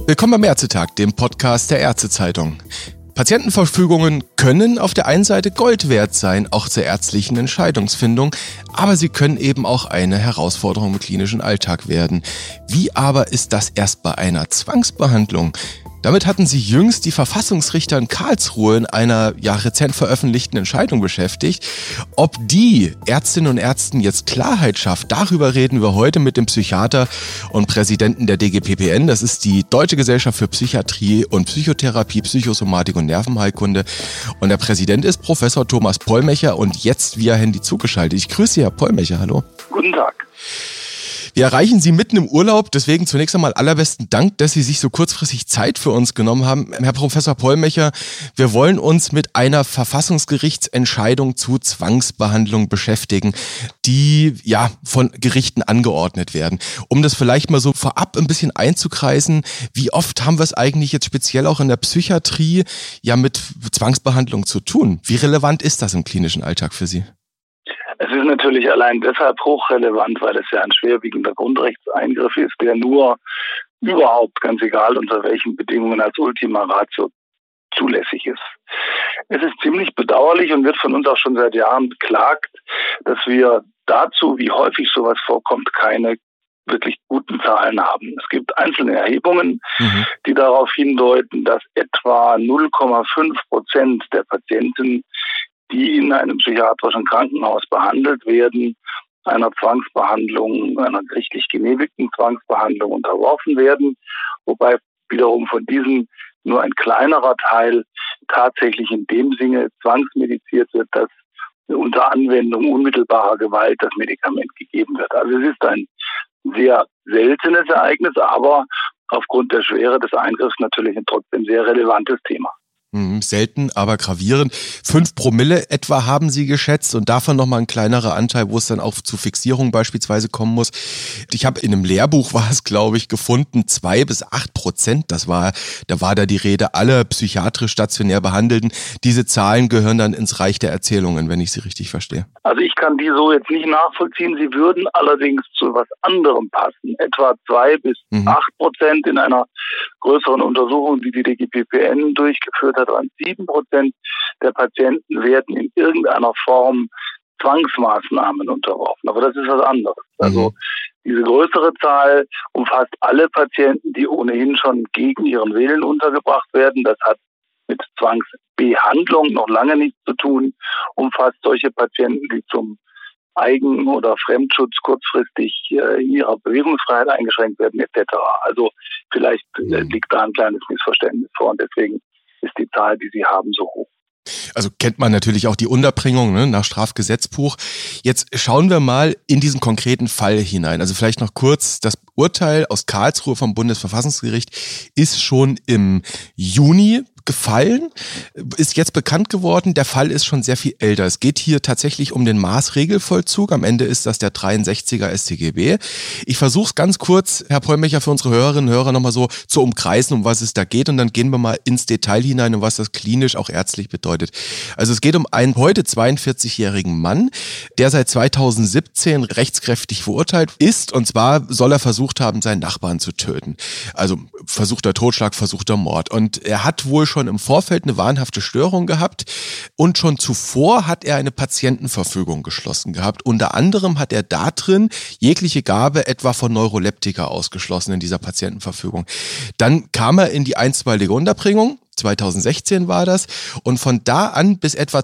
Willkommen beim Ärztetag, dem Podcast der Ärztezeitung. Patientenverfügungen können auf der einen Seite Gold wert sein, auch zur ärztlichen Entscheidungsfindung, aber sie können eben auch eine Herausforderung im klinischen Alltag werden. Wie aber ist das erst bei einer Zwangsbehandlung? Damit hatten sie jüngst die Verfassungsrichter in Karlsruhe in einer rezent veröffentlichten Entscheidung beschäftigt. Ob die Ärztinnen und Ärzten jetzt Klarheit schafft, darüber reden wir heute mit dem Psychiater und Präsidenten der DGPPN. Das ist die Deutsche Gesellschaft für Psychiatrie und Psychotherapie, Psychosomatik und Nervenheilkunde. Und der Präsident ist Professor Thomas Pollmecher und jetzt via Handy zugeschaltet. Ich grüße Sie, Herr Pollmecher. Hallo. Guten Tag. Wir erreichen Sie mitten im Urlaub, deswegen zunächst einmal allerbesten Dank, dass Sie sich so kurzfristig Zeit für uns genommen haben. Herr Professor Pollmecher, wir wollen uns mit einer Verfassungsgerichtsentscheidung zu Zwangsbehandlung beschäftigen, die von Gerichten angeordnet werden. Um das vielleicht mal so vorab ein bisschen einzukreisen, wie oft haben wir es eigentlich jetzt speziell auch in der Psychiatrie mit Zwangsbehandlung zu tun? Wie relevant ist das im klinischen Alltag für Sie? Es ist natürlich allein deshalb hochrelevant, weil es ja ein schwerwiegender Grundrechtseingriff ist, der nur überhaupt, ganz egal unter welchen Bedingungen, als Ultima Ratio zulässig ist. Es ist ziemlich bedauerlich und wird von uns auch schon seit Jahren beklagt, dass wir dazu, wie häufig sowas vorkommt, keine wirklich guten Zahlen haben. Es gibt einzelne Erhebungen, die darauf hindeuten, dass etwa 0,5% der Patienten, die in einem psychiatrischen Krankenhaus behandelt werden, einer Zwangsbehandlung, einer gerichtlich genehmigten Zwangsbehandlung unterworfen werden, wobei wiederum von diesen nur ein kleinerer Teil tatsächlich in dem Sinne zwangsmediziert wird, dass unter Anwendung unmittelbarer Gewalt das Medikament gegeben wird. Also es ist ein sehr seltenes Ereignis, aber aufgrund der Schwere des Eingriffs natürlich ein trotzdem sehr relevantes Thema. Selten, aber gravierend. 5 Promille etwa haben Sie geschätzt und davon nochmal ein kleinerer Anteil, wo es dann auch zu Fixierungen beispielsweise kommen muss. Ich habe in einem Lehrbuch, war es glaube ich, gefunden, 2-8%. Da war die Rede aller psychiatrisch stationär Behandelten. Diese Zahlen gehören dann ins Reich der Erzählungen, wenn ich sie richtig verstehe. Also ich kann die so jetzt nicht nachvollziehen. Sie würden allerdings zu was anderem passen. Etwa 2-8% in einer größeren Untersuchung, die die DGPPN durchgeführt hat, an 7% der Patienten werden in irgendeiner Form Zwangsmaßnahmen unterworfen. Aber das ist was anderes. Also diese größere Zahl umfasst alle Patienten, die ohnehin schon gegen ihren Willen untergebracht werden. Das hat mit Zwangsbehandlung noch lange nichts zu tun, umfasst solche Patienten, die zum Eigen- oder Fremdschutz kurzfristig in ihrer Bewegungsfreiheit eingeschränkt werden, etc. Also vielleicht liegt da ein kleines Missverständnis vor und deswegen ist die Zahl, die Sie haben, so hoch. Also kennt man natürlich auch die Unterbringung nach Strafgesetzbuch. Jetzt schauen wir mal in diesen konkreten Fall hinein. Also vielleicht noch kurz, das Urteil aus Karlsruhe vom Bundesverfassungsgericht ist schon im Juni gefallen, ist jetzt bekannt geworden. Der Fall ist schon sehr viel älter. Es geht hier tatsächlich um den Maßregelvollzug. Am Ende ist das der 63er StGB. Ich versuche es ganz kurz, Herr Pollmecher, für unsere Hörerinnen und Hörer nochmal so zu umkreisen, um was es da geht. Und dann gehen wir mal ins Detail hinein und was das klinisch auch ärztlich bedeutet. Also es geht um einen heute 42-jährigen Mann, der seit 2017 rechtskräftig verurteilt ist. Und zwar soll er versucht haben, seinen Nachbarn zu töten. Also versuchter Totschlag, versuchter Mord. Und er hat wohl schon im Vorfeld eine wahnhafte Störung gehabt und schon zuvor hat er eine Patientenverfügung geschlossen gehabt. Unter anderem hat er da drin jegliche Gabe etwa von Neuroleptika ausgeschlossen in dieser Patientenverfügung. Dann kam er in die einstweilige Unterbringung. 2016 war das und von da an bis etwa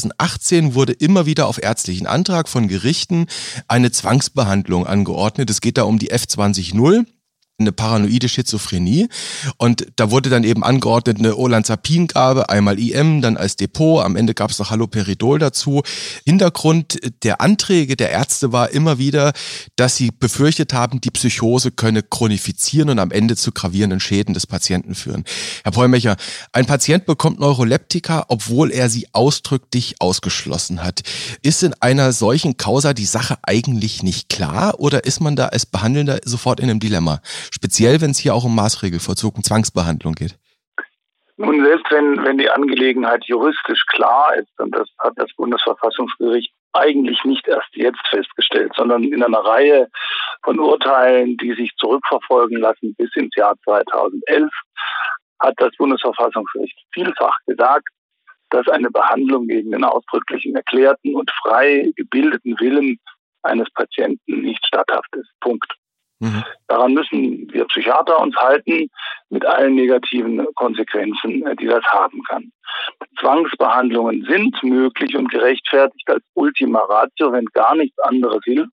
2018 wurde immer wieder auf ärztlichen Antrag von Gerichten eine Zwangsbehandlung angeordnet. Es geht da um die F20.0. Eine paranoide Schizophrenie und da wurde dann eben angeordnet eine Olanzapin-Gabe, einmal IM, dann als Depot, am Ende gab es noch Haloperidol dazu. Hintergrund der Anträge der Ärzte war immer wieder, dass sie befürchtet haben, die Psychose könne chronifizieren und am Ende zu gravierenden Schäden des Patienten führen. Herr Pollmecher, ein Patient bekommt Neuroleptika, obwohl er sie ausdrücklich ausgeschlossen hat. Ist in einer solchen Causa die Sache eigentlich nicht klar oder ist man da als Behandelnder sofort in einem Dilemma? Speziell, wenn es hier auch um Maßregelvollzug und Zwangsbehandlung geht. Nun, selbst wenn die Angelegenheit juristisch klar ist, und das hat das Bundesverfassungsgericht eigentlich nicht erst jetzt festgestellt, sondern in einer Reihe von Urteilen, die sich zurückverfolgen lassen bis ins Jahr 2011, hat das Bundesverfassungsgericht vielfach gesagt, dass eine Behandlung gegen den ausdrücklichen erklärten und frei gebildeten Willen eines Patienten nicht statthaft ist. Punkt. Mhm. Daran müssen wir Psychiater uns halten, mit allen negativen Konsequenzen, die das haben kann. Zwangsbehandlungen sind möglich und gerechtfertigt als Ultima Ratio, wenn gar nichts anderes hilft.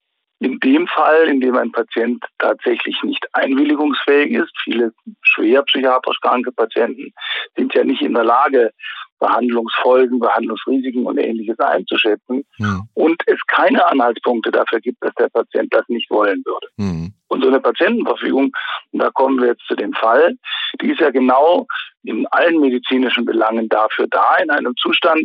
In dem Fall, in dem ein Patient tatsächlich nicht einwilligungsfähig ist, viele schwer psychiatrisch kranke Patienten sind ja nicht in der Lage, Behandlungsfolgen, Behandlungsrisiken und Ähnliches einzuschätzen und es keine Anhaltspunkte dafür gibt, dass der Patient das nicht wollen würde. Und so eine Patientenverfügung, und da kommen wir jetzt zu dem Fall, die ist ja genau in allen medizinischen Belangen dafür da, in einem Zustand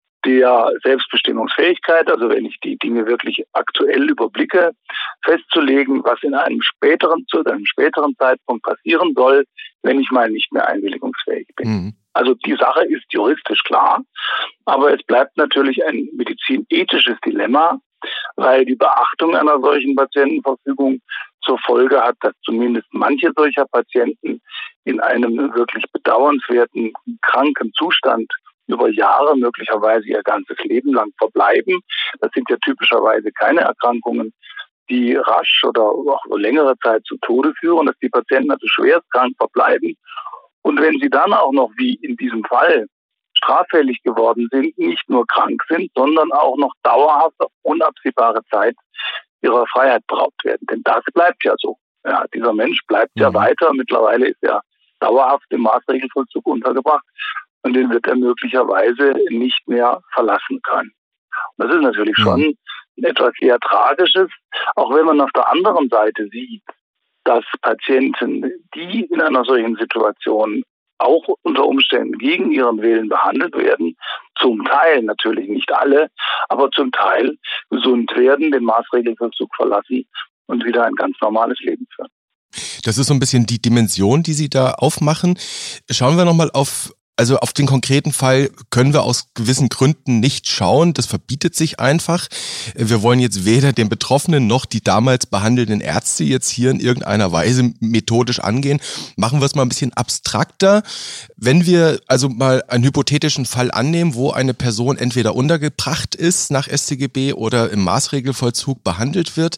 der Selbstbestimmungsfähigkeit, also wenn ich die Dinge wirklich aktuell überblicke, festzulegen, was zu einem späteren Zeitpunkt passieren soll, wenn ich mal nicht mehr einwilligungsfähig bin. Also die Sache ist juristisch klar, aber es bleibt natürlich ein medizinethisches Dilemma, weil die Beachtung einer solchen Patientenverfügung zur Folge hat, dass zumindest manche solcher Patienten in einem wirklich bedauernswerten kranken Zustand über Jahre, möglicherweise ihr ganzes Leben lang verbleiben. Das sind ja typischerweise keine Erkrankungen, die rasch oder auch längere Zeit zu Tode führen, dass die Patienten also schwerst krank verbleiben. Und wenn sie dann auch noch, wie in diesem Fall, straffällig geworden sind, nicht nur krank sind, sondern auch noch dauerhaft auf unabsehbare Zeit ihrer Freiheit beraubt werden. Denn das bleibt ja so. Ja, dieser Mensch bleibt ja weiter. Mittlerweile ist er dauerhaft im Maßregelvollzug untergebracht und den wird er möglicherweise nicht mehr verlassen können. Und das ist natürlich schon etwas sehr Tragisches, auch wenn man auf der anderen Seite sieht, dass Patienten, die in einer solchen Situation auch unter Umständen gegen ihren Willen behandelt werden, zum Teil, natürlich nicht alle, aber zum Teil gesund werden, den Maßregelvollzug verlassen und wieder ein ganz normales Leben führen. Das ist so ein bisschen die Dimension, die Sie da aufmachen. Schauen wir nochmal auf den konkreten Fall können wir aus gewissen Gründen nicht schauen. Das verbietet sich einfach. Wir wollen jetzt weder den Betroffenen noch die damals behandelnden Ärzte jetzt hier in irgendeiner Weise methodisch angehen. Machen wir es mal ein bisschen abstrakter. Wenn wir also mal einen hypothetischen Fall annehmen, wo eine Person entweder untergebracht ist nach StGB oder im Maßregelvollzug behandelt wird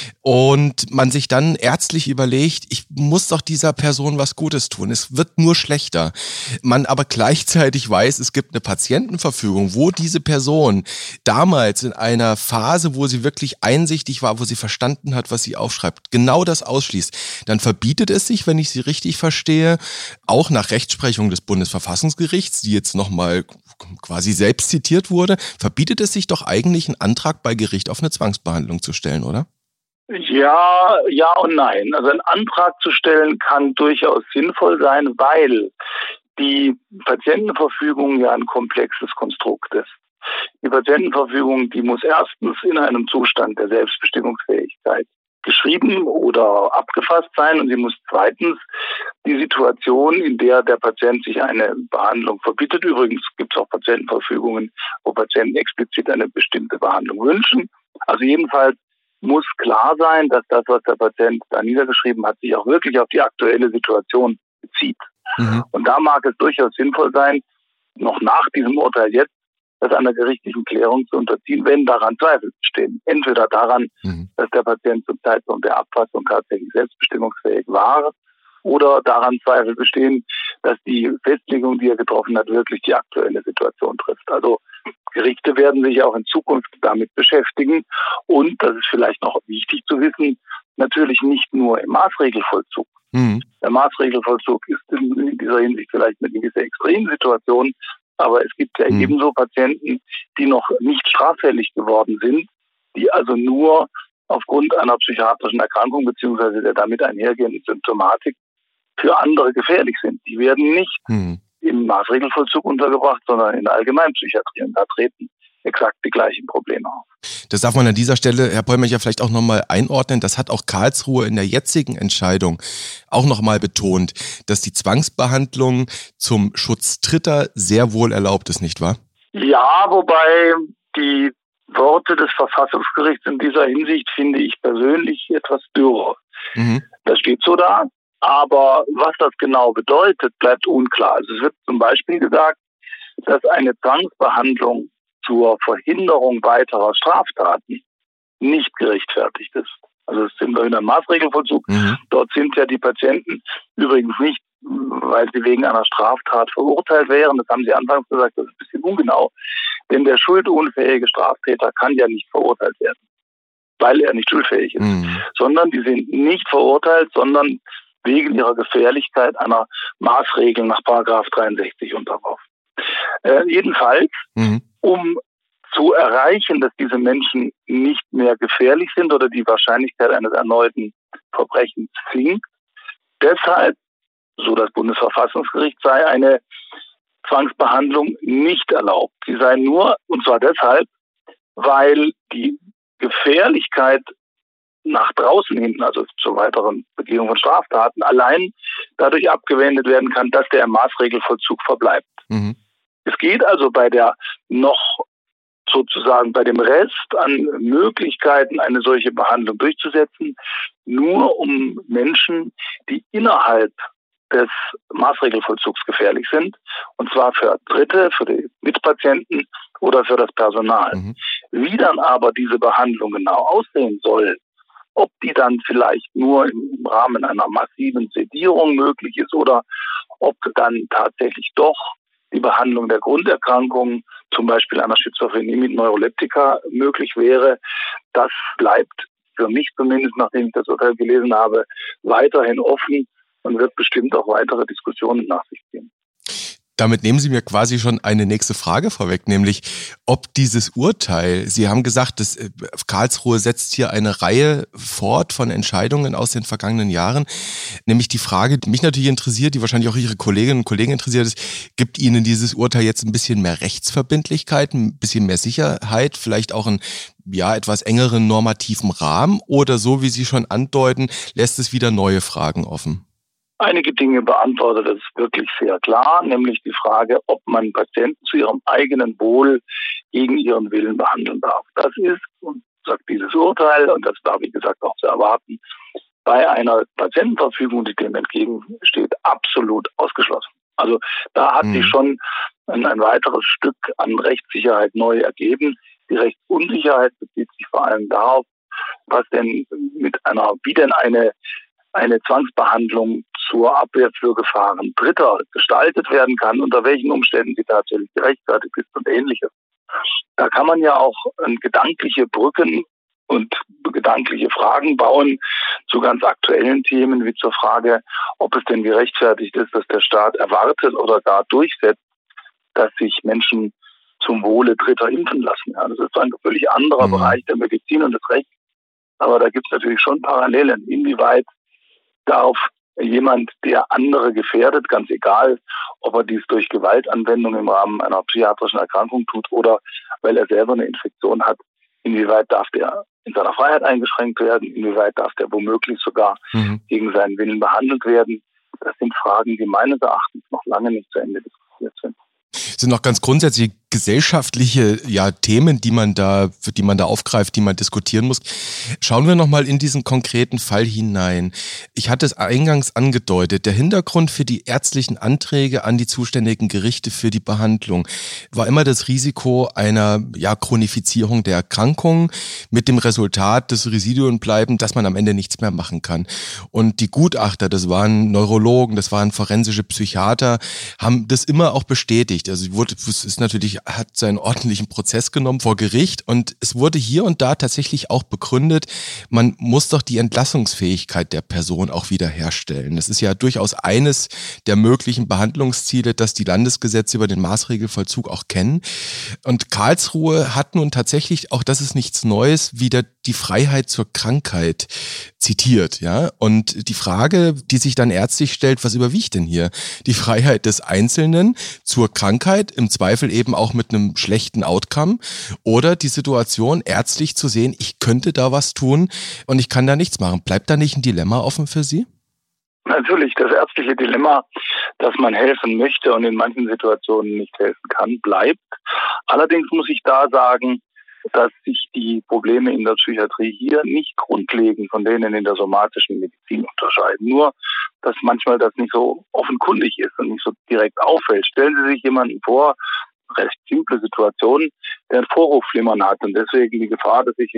und man sich dann ärztlich überlegt, ich muss doch dieser Person was Gutes tun. Es wird nur schlechter. Man aber gleichzeitig weiß, es gibt eine Patientenverfügung, wo diese Person damals in einer Phase, wo sie wirklich einsichtig war, wo sie verstanden hat, was sie aufschreibt, genau das ausschließt, dann verbietet es sich, wenn ich Sie richtig verstehe, auch nach Rechtsprechung des Bundesverfassungsgerichts, die jetzt nochmal quasi selbst zitiert wurde, verbietet es sich doch eigentlich, einen Antrag bei Gericht auf eine Zwangsbehandlung zu stellen, oder? Ja und nein. Also ein Antrag zu stellen kann durchaus sinnvoll sein, weil die Patientenverfügung ja ein komplexes Konstrukt ist. Die Patientenverfügung, die muss erstens in einem Zustand der Selbstbestimmungsfähigkeit geschrieben oder abgefasst sein und sie muss zweitens die Situation, in der der Patient sich eine Behandlung verbietet. Übrigens gibt es auch Patientenverfügungen, wo Patienten explizit eine bestimmte Behandlung wünschen. Also jedenfalls muss klar sein, dass das, was der Patient da niedergeschrieben hat, sich auch wirklich auf die aktuelle Situation bezieht. Und da mag es durchaus sinnvoll sein, noch nach diesem Urteil jetzt, das einer gerichtlichen Klärung zu unterziehen, wenn daran Zweifel bestehen. Entweder daran, dass der Patient zum Zeitpunkt der Abfassung tatsächlich selbstbestimmungsfähig war, oder daran Zweifel bestehen, dass die Festlegung, die er getroffen hat, wirklich die aktuelle Situation trifft. Also Gerichte werden sich auch in Zukunft damit beschäftigen. Und, das ist vielleicht noch wichtig zu wissen, natürlich nicht nur im Maßregelvollzug. Der Maßregelvollzug ist in dieser Hinsicht vielleicht eine gewisse Extremsituation, aber es gibt ja ebenso Patienten, die noch nicht straffällig geworden sind, die also nur aufgrund einer psychiatrischen Erkrankung bzw. der damit einhergehenden Symptomatik für andere gefährlich sind. Die werden nicht im Maßregelvollzug untergebracht, sondern in der Allgemeinpsychiatrie. Und da treten exakt die gleichen Probleme auf. Das darf man an dieser Stelle, Herr Pollmecher, vielleicht auch nochmal einordnen. Das hat auch Karlsruhe in der jetzigen Entscheidung auch nochmal betont, dass die Zwangsbehandlung zum Schutz Dritter sehr wohl erlaubt ist, nicht wahr? Ja, wobei die Worte des Verfassungsgerichts in dieser Hinsicht finde ich persönlich etwas dürr. Das steht so da, aber was das genau bedeutet, bleibt unklar. Also es wird zum Beispiel gesagt, dass eine Zwangsbehandlung zur Verhinderung weiterer Straftaten nicht gerechtfertigt ist. Also es sind wir in einem Maßregelvollzug. Dort sind ja die Patienten übrigens nicht, weil sie wegen einer Straftat verurteilt wären. Das haben Sie anfangs gesagt, das ist ein bisschen ungenau. Denn der schuldunfähige Straftäter kann ja nicht verurteilt werden, weil er nicht schuldfähig ist. Sondern die sind nicht verurteilt, sondern wegen ihrer Gefährlichkeit einer Maßregel nach § 63 unterworfen. Jedenfalls, um zu erreichen, dass diese Menschen nicht mehr gefährlich sind oder die Wahrscheinlichkeit eines erneuten Verbrechens sinkt. Deshalb, so das Bundesverfassungsgericht, sei eine Zwangsbehandlung nicht erlaubt. Sie sei nur, und zwar deshalb, weil die Gefährlichkeit nach draußen hin, also zur weiteren Begehung von Straftaten, allein dadurch abgewendet werden kann, dass der im Maßregelvollzug verbleibt. Es geht also bei der noch sozusagen bei dem Rest an Möglichkeiten, eine solche Behandlung durchzusetzen, nur um Menschen, die innerhalb des Maßregelvollzugs gefährlich sind, und zwar für Dritte, für die Mitpatienten oder für das Personal. Wie dann aber diese Behandlung genau aussehen soll, ob die dann vielleicht nur im Rahmen einer massiven Sedierung möglich ist oder ob dann tatsächlich doch die Behandlung der Grunderkrankungen, zum Beispiel einer Schizophrenie mit Neuroleptika, möglich wäre, das bleibt für mich zumindest, nachdem ich das Urteil gelesen habe, weiterhin offen und wird bestimmt auch weitere Diskussionen nach sich ziehen. Damit nehmen Sie mir quasi schon eine nächste Frage vorweg, nämlich ob dieses Urteil, Sie haben gesagt, dass Karlsruhe setzt hier eine Reihe fort von Entscheidungen aus den vergangenen Jahren, nämlich die Frage, die mich natürlich interessiert, die wahrscheinlich auch Ihre Kolleginnen und Kollegen interessiert ist, gibt Ihnen dieses Urteil jetzt ein bisschen mehr Rechtsverbindlichkeit, ein bisschen mehr Sicherheit, vielleicht auch einen etwas engeren normativen Rahmen oder so, wie Sie schon andeuten, lässt es wieder neue Fragen offen? Einige Dinge beantwortet es wirklich sehr klar, nämlich die Frage, ob man Patienten zu ihrem eigenen Wohl gegen ihren Willen behandeln darf. Das ist, und sagt dieses Urteil, und das war wie gesagt auch zu erwarten, bei einer Patientenverfügung, die dem entgegensteht, absolut ausgeschlossen. Also da hat sich schon ein weiteres Stück an Rechtssicherheit neu ergeben. Die Rechtsunsicherheit bezieht sich vor allem darauf, was denn wie denn eine Zwangsbehandlung zur Abwehr für Gefahren Dritter gestaltet werden kann, unter welchen Umständen sie tatsächlich gerechtfertigt ist und Ähnliches. Da kann man ja auch gedankliche Brücken und gedankliche Fragen bauen zu ganz aktuellen Themen, wie zur Frage, ob es denn gerechtfertigt ist, dass der Staat erwartet oder gar durchsetzt, dass sich Menschen zum Wohle Dritter impfen lassen. Ja, das ist ein völlig anderer Bereich der Medizin und des Rechts. Aber da gibt es natürlich schon Parallelen. Inwieweit darf jemand, der andere gefährdet, ganz egal, ob er dies durch Gewaltanwendung im Rahmen einer psychiatrischen Erkrankung tut oder weil er selber eine Infektion hat, inwieweit darf der in seiner Freiheit eingeschränkt werden, inwieweit darf der womöglich sogar gegen seinen Willen behandelt werden. Das sind Fragen, die meines Erachtens noch lange nicht zu Ende diskutiert sind. Es sind noch ganz grundsätzlich gesellschaftliche Themen, die man da aufgreift, die man diskutieren muss. Schauen wir nochmal in diesen konkreten Fall hinein. Ich hatte es eingangs angedeutet, der Hintergrund für die ärztlichen Anträge an die zuständigen Gerichte für die Behandlung war immer das Risiko einer Chronifizierung der Erkrankung mit dem Resultat des Residuum bleiben, dass man am Ende nichts mehr machen kann. Und die Gutachter, das waren Neurologen, das waren forensische Psychiater, haben das immer auch bestätigt. Also es ist natürlich, hat seinen ordentlichen Prozess genommen vor Gericht und es wurde hier und da tatsächlich auch begründet, man muss doch die Entlassungsfähigkeit der Person auch wiederherstellen. Das ist ja durchaus eines der möglichen Behandlungsziele, dass die Landesgesetze über den Maßregelvollzug auch kennen. Und Karlsruhe hat nun tatsächlich, auch das ist nichts Neues, wieder die Freiheit zur Krankheit zitiert, ja. Und die Frage, die sich dann ärztlich stellt, was überwiegt denn hier? Die Freiheit des Einzelnen zur Krankheit, im Zweifel eben auch mit einem schlechten Outcome, oder die Situation, ärztlich zu sehen, ich könnte da was tun und ich kann da nichts machen. Bleibt da nicht ein Dilemma offen für Sie? Natürlich, das ärztliche Dilemma, dass man helfen möchte und in manchen Situationen nicht helfen kann, bleibt. Allerdings muss ich da sagen, dass sich die Probleme in der Psychiatrie hier nicht grundlegend von denen in der somatischen Medizin unterscheiden. Nur, dass manchmal das nicht so offenkundig ist und nicht so direkt auffällt. Stellen Sie sich jemanden vor, recht simple Situation, der ein Vorhofflimmern hat und deswegen die Gefahr, dass sich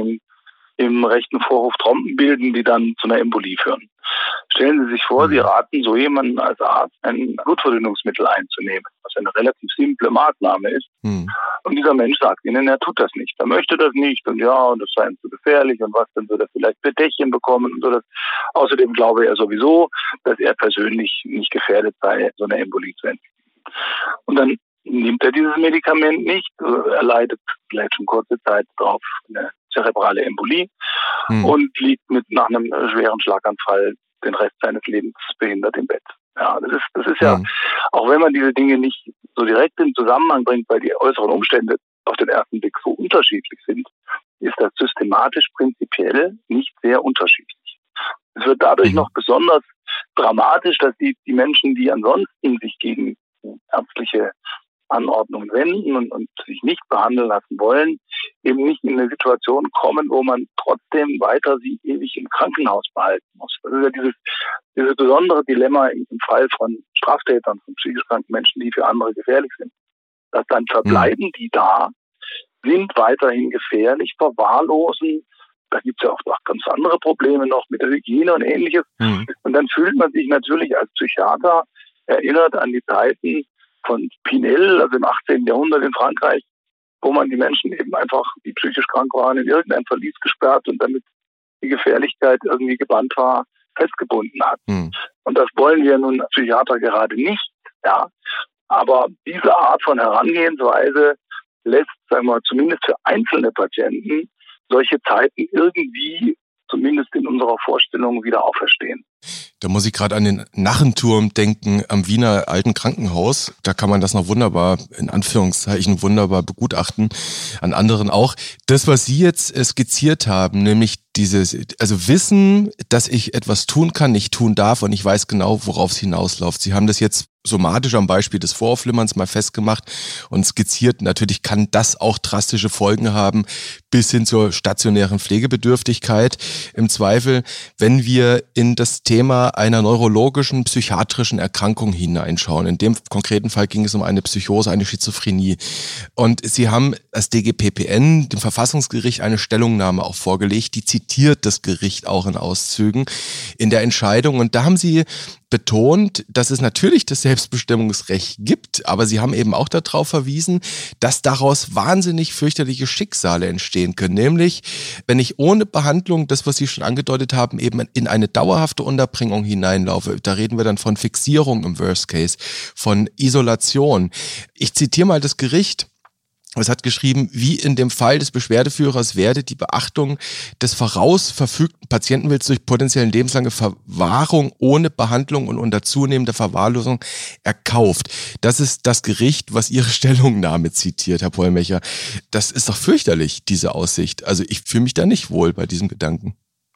im rechten Vorhof Trompen bilden, die dann zu einer Embolie führen. Stellen Sie sich vor, Sie raten so jemanden als Arzt, ein Blutverdünnungsmittel einzunehmen, was eine relativ simple Maßnahme ist. Und dieser Mensch sagt Ihnen, er tut das nicht. Er möchte das nicht und ja, und das sei ihm zu gefährlich und was, dann würde er vielleicht Bedächtchen bekommen und so. Das. Außerdem glaube er sowieso, dass er persönlich nicht gefährdet sei, so eine Embolie zu entwickeln. Und dann nimmt er dieses Medikament nicht, er leidet vielleicht schon kurze Zeit darauf eine zerebrale Embolie und liegt nach einem schweren Schlaganfall den Rest seines Lebens behindert im Bett. Ja, das ist ja, auch wenn man diese Dinge nicht so direkt in Zusammenhang bringt, weil die äußeren Umstände auf den ersten Blick so unterschiedlich sind, ist das systematisch prinzipiell nicht sehr unterschiedlich. Es wird dadurch noch besonders dramatisch, dass die Menschen, die ansonsten sich gegen ärztliche Anordnungen wenden und sich nicht behandeln lassen wollen, eben nicht in eine Situation kommen, wo man trotzdem weiter sie ewig im Krankenhaus behalten muss. Das ist ja dieses besondere Dilemma im Fall von Straftätern, von psychisch kranken Menschen, die für andere gefährlich sind. Dass dann verbleiben die da, sind weiterhin gefährlich, verwahrlosen. Da gibt es ja auch ganz andere Probleme noch mit der Hygiene und Ähnliches. Und dann fühlt man sich natürlich als Psychiater erinnert an die Zeiten von Pinel, also im 18. Jahrhundert in Frankreich, wo man die Menschen eben einfach, die psychisch krank waren, in irgendein Verlies gesperrt und damit die Gefährlichkeit irgendwie gebannt war, festgebunden hat. Und das wollen wir nun Psychiater gerade nicht. Ja. Aber diese Art von Herangehensweise lässt, sagen wir mal, zumindest für einzelne Patienten solche Zeiten irgendwie, zumindest in unserer Vorstellung, wieder auferstehen. Da muss ich gerade an den Narrenturm denken am Wiener Alten Krankenhaus. Da kann man das noch wunderbar, in Anführungszeichen, wunderbar begutachten. An anderen auch. Das, was Sie jetzt skizziert haben, nämlich also Wissen, dass ich etwas tun kann, nicht tun darf und ich weiß genau, worauf es hinausläuft. Sie haben das jetzt somatisch am Beispiel des Vorhofflimmerns mal festgemacht und skizziert. Natürlich kann das auch drastische Folgen haben, bis hin zur stationären Pflegebedürftigkeit. Im Zweifel, wenn wir in das Thema einer neurologischen, psychiatrischen Erkrankung hineinschauen. In dem konkreten Fall ging es um eine Psychose, eine Schizophrenie. Und Sie haben als DGPPN, dem Verfassungsgericht, eine Stellungnahme auch vorgelegt, die zitiert das Gericht auch in Auszügen in der Entscheidung. Und da haben Sie betont, dass es natürlich das Selbstbestimmungsrecht gibt, aber Sie haben eben auch darauf verwiesen, dass daraus wahnsinnig fürchterliche Schicksale entstehen können. Nämlich, wenn ich ohne Behandlung, das, was Sie schon angedeutet haben, eben in eine dauerhafte Unterbringung hineinlaufe. Da reden wir dann von Fixierung im Worst Case, von Isolation. Ich zitiere mal das Gericht. Es hat geschrieben, wie in dem Fall des Beschwerdeführers werde die Beachtung des vorausverfügten Patientenwillens durch potenziellen lebenslange Verwahrung ohne Behandlung und unter zunehmender Verwahrlosung erkauft. Das ist das Gericht, was Ihre Stellungnahme zitiert, Herr Pollmecher. Das ist doch fürchterlich, diese Aussicht. Also ich fühle mich da nicht wohl bei diesem Gedanken.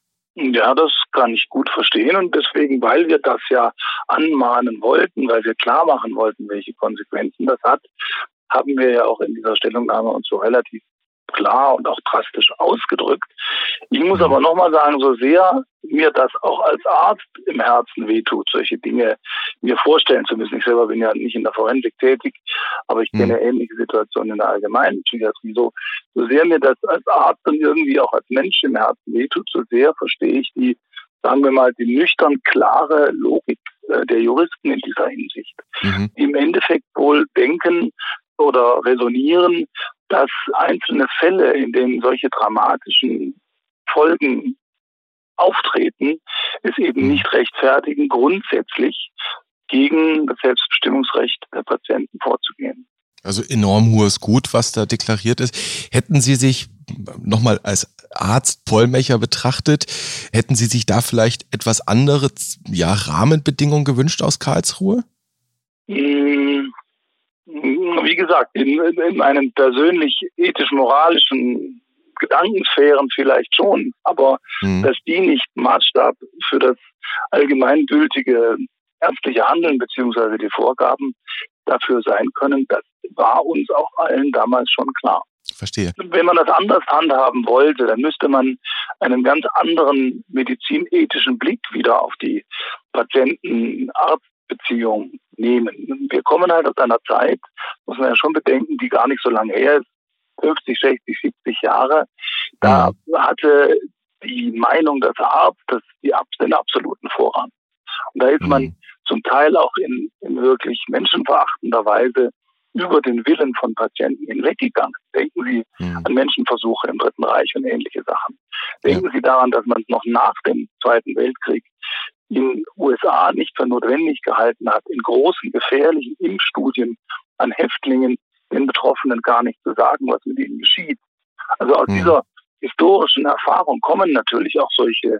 Ja, das kann ich gut verstehen und deswegen, weil wir das ja anmahnen wollten, weil wir klar machen wollten, welche Konsequenzen das hat, haben wir ja auch in dieser Stellungnahme uns so relativ klar und auch drastisch ausgedrückt. Ich muss aber nochmal sagen, so sehr mir das auch als Arzt im Herzen wehtut, solche Dinge mir vorstellen zu müssen. Ich selber bin ja nicht in der Forensik tätig, aber ich kenne ähnliche Situationen in der allgemeinen Psychiatrie. So sehr mir das als Arzt und irgendwie auch als Mensch im Herzen wehtut, so sehr verstehe ich die, sagen wir mal, die nüchtern klare Logik der Juristen in dieser Hinsicht. Die im Endeffekt wohl denken oder resonieren, dass einzelne Fälle, in denen solche dramatischen Folgen auftreten, es eben nicht rechtfertigen, grundsätzlich gegen das Selbstbestimmungsrecht der Patienten vorzugehen. Also enorm hohes Gut, was da deklariert ist. Hätten Sie sich nochmal als Arzt Pollmecher betrachtet, hätten Sie sich da vielleicht etwas andere Rahmenbedingungen gewünscht aus Karlsruhe? Wie gesagt, in einem persönlich ethisch-moralischen Gedankensphären vielleicht schon, aber dass die nicht Maßstab für das allgemeingültige ärztliche Handeln bzw. die Vorgaben dafür sein können, das war uns auch allen damals schon klar. verstehe. Wenn man das anders handhaben wollte, dann müsste man einen ganz anderen medizinethischen Blick wieder auf die Patienten-Arzt-Beziehung nehmen. Wir kommen halt aus einer Zeit, muss man ja schon bedenken, die gar nicht so lange her ist, 50, 60, 70 Jahre. Da hatte die Meinung des Arztes den absoluten Vorrang. Und da ist man zum Teil auch in wirklich menschenverachtender Weise über den Willen von Patienten hinweggegangen. Denken Sie an Menschenversuche im Dritten Reich und ähnliche Sachen. Denken Sie daran, dass man es noch nach dem Zweiten Weltkrieg in den USA nicht für notwendig gehalten hat, in großen, gefährlichen Impfstudien an Häftlingen, den Betroffenen gar nicht zu sagen, was mit ihnen geschieht. Also aus dieser historischen Erfahrung kommen natürlich auch solche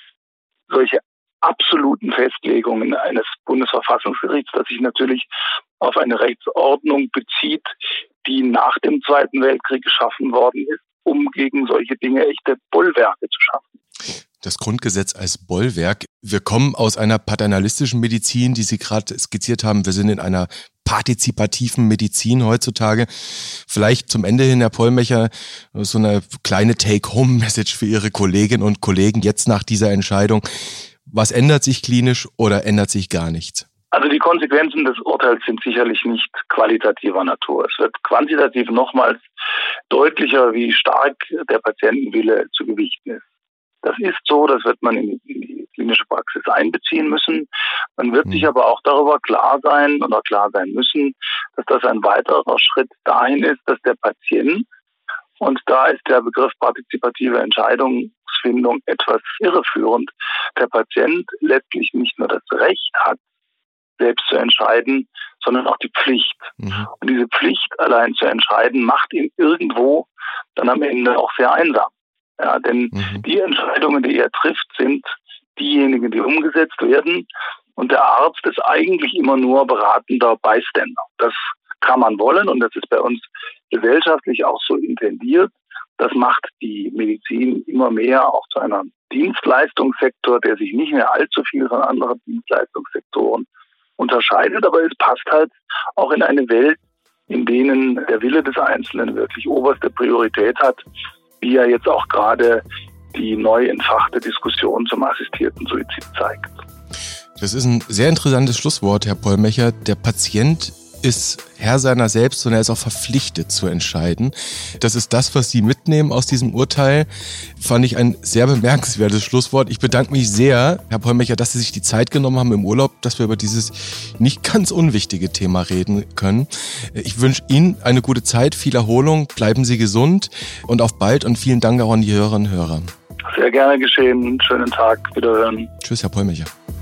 absoluten Festlegungen eines Bundesverfassungsgerichts, das sich natürlich auf eine Rechtsordnung bezieht, die nach dem Zweiten Weltkrieg geschaffen worden ist, um gegen solche Dinge echte Bollwerke zu schaffen. Das Grundgesetz als Bollwerk. Wir kommen aus einer paternalistischen Medizin, die Sie gerade skizziert haben. Wir sind in einer partizipativen Medizin heutzutage. Vielleicht zum Ende hin, Herr Pollmecher, so eine kleine Take-Home-Message für Ihre Kolleginnen und Kollegen jetzt nach dieser Entscheidung. Was ändert sich klinisch oder ändert sich gar nichts? Also die Konsequenzen des Urteils sind sicherlich nicht qualitativer Natur. Es wird quantitativ nochmals deutlicher, wie stark der Patientenwille zu gewichten ist. Das ist so, das wird man in die klinische Praxis einbeziehen müssen. Man wird sich aber auch darüber klar sein müssen, dass das ein weiterer Schritt dahin ist, dass der Patient, und da ist der Begriff partizipative Entscheidungsfindung etwas irreführend, der Patient letztlich nicht nur das Recht hat, selbst zu entscheiden, sondern auch die Pflicht. Und diese Pflicht, allein zu entscheiden, macht ihn irgendwo dann am Ende auch sehr einsam. Ja, denn die Entscheidungen, die er trifft, sind diejenigen, die umgesetzt werden. Und der Arzt ist eigentlich immer nur beratender Bystander. Das kann man wollen und das ist bei uns gesellschaftlich auch so intendiert. Das macht die Medizin immer mehr auch zu einem Dienstleistungssektor, der sich nicht mehr allzu viel von anderen Dienstleistungssektoren unterscheidet. Aber es passt halt auch in eine Welt, in denen der Wille des Einzelnen wirklich oberste Priorität hat, wie ja jetzt auch gerade die neu entfachte Diskussion zum assistierten Suizid zeigt. Das ist ein sehr interessantes Schlusswort, Herr Pollmecher. Der Patient ist Herr seiner selbst und er ist auch verpflichtet zu entscheiden. Das ist das, was Sie mitnehmen aus diesem Urteil. Fand ich ein sehr bemerkenswertes Schlusswort. Ich bedanke mich sehr, Herr Pollmecher, dass Sie sich die Zeit genommen haben im Urlaub, dass wir über dieses nicht ganz unwichtige Thema reden können. Ich wünsche Ihnen eine gute Zeit, viel Erholung, bleiben Sie gesund und auf bald und vielen Dank auch an die Hörerinnen und Hörer. Sehr gerne geschehen. Schönen Tag. Wiederhören. Tschüss, Herr Pollmecher.